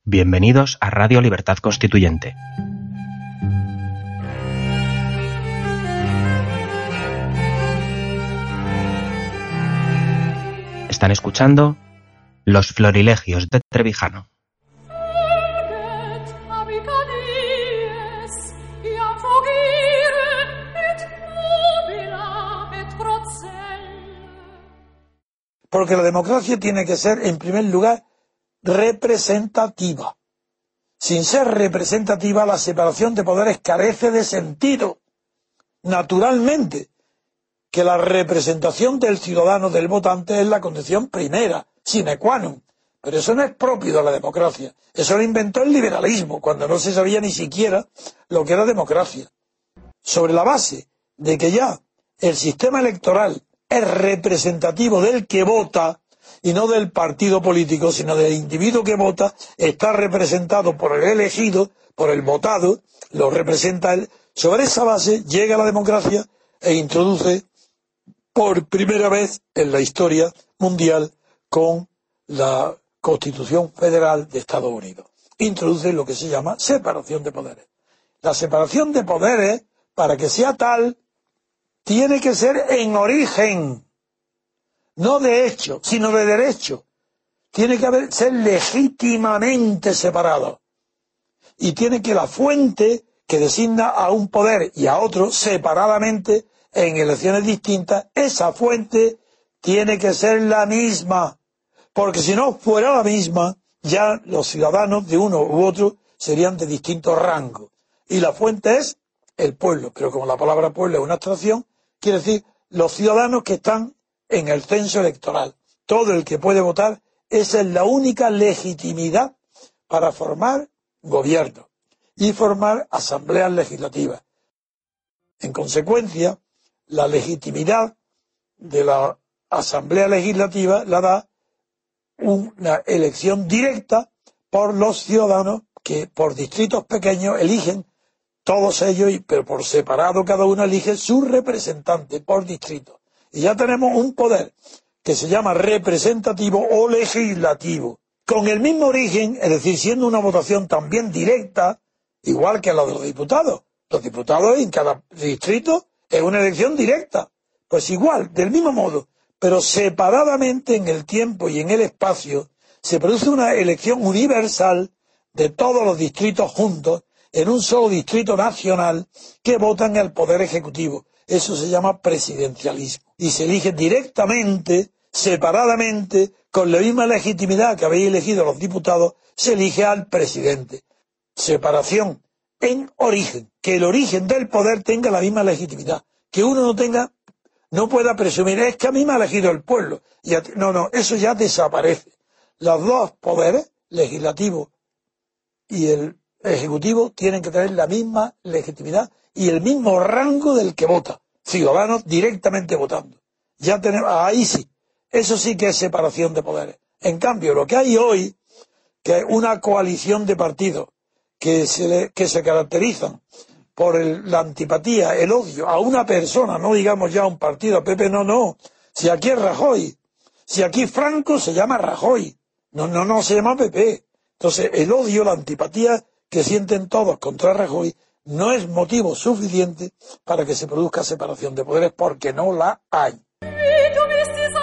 Bienvenidos a Radio Libertad Constituyente. Están escuchando Los Florilegios de Trevijano. Porque la democracia tiene que ser, en primer lugar, representativa. Sin ser representativa, la separación de poderes carece de sentido. Naturalmente, que la representación del ciudadano, del votante, es la condición primera, sine qua non. Pero eso no es propio de la democracia. Eso lo inventó el liberalismo, cuando no se sabía ni siquiera lo que era democracia. Sobre la base de que ya el sistema electoral es representativo del que vota, y no del partido político, sino del individuo que vota, está representado por el elegido, por el votado, lo representa él. Sobre esa base llega la democracia e introduce por primera vez en la historia mundial con la Constitución Federal de Estados Unidos. Introduce lo que se llama separación de poderes. La separación de poderes, para que sea tal, tiene que ser en origen, no de hecho, sino de derecho. Tiene que ser legítimamente separado. Y tiene que la fuente que designa a un poder y a otro separadamente en elecciones distintas, esa fuente tiene que ser la misma. Porque si no fuera la misma, ya los ciudadanos de uno u otro serían de distintos rangos. Y la fuente es el pueblo. Pero como la palabra pueblo es una abstracción, quiere decir los ciudadanos que están en el censo electoral. Todo el que puede votar, esa es la única legitimidad para formar gobierno y formar asambleas legislativas. En consecuencia, la legitimidad de la asamblea legislativa la da una elección directa por los ciudadanos que por distritos pequeños eligen todos ellos, pero por separado cada uno elige su representante por distrito. Y ya tenemos un poder que se llama representativo o legislativo, con el mismo origen, es decir, siendo una votación también directa, igual que la de los diputados. Los diputados en cada distrito es una elección directa. Pues igual, del mismo modo, pero separadamente en el tiempo y en el espacio, se produce una elección universal de todos los distritos juntos en un solo distrito nacional que votan el Poder Ejecutivo. Eso se llama presidencialismo. Y se elige directamente, separadamente, con la misma legitimidad que habéis elegido los diputados, se elige al presidente. Separación en origen. Que el origen del poder tenga la misma legitimidad. Que uno no pueda presumir, es que a mí me ha elegido el pueblo. No, eso ya desaparece. Los dos poderes, legislativo y el ejecutivo, tienen que tener la misma legitimidad y el mismo rango del que vota. Ciudadanos directamente votando. Ya tenemos, ahí sí. Eso sí que es separación de poderes. En cambio, lo que hay hoy, que es una coalición de partidos que se caracterizan por la antipatía, el odio a una persona, no digamos ya a un partido, a Pepe, no. Si aquí es Rajoy, si aquí Franco se llama Rajoy, no se llama Pepe. Entonces, el odio, la antipatía que sienten todos contra Rajoy no es motivo suficiente para que se produzca separación de poderes, porque no la hay.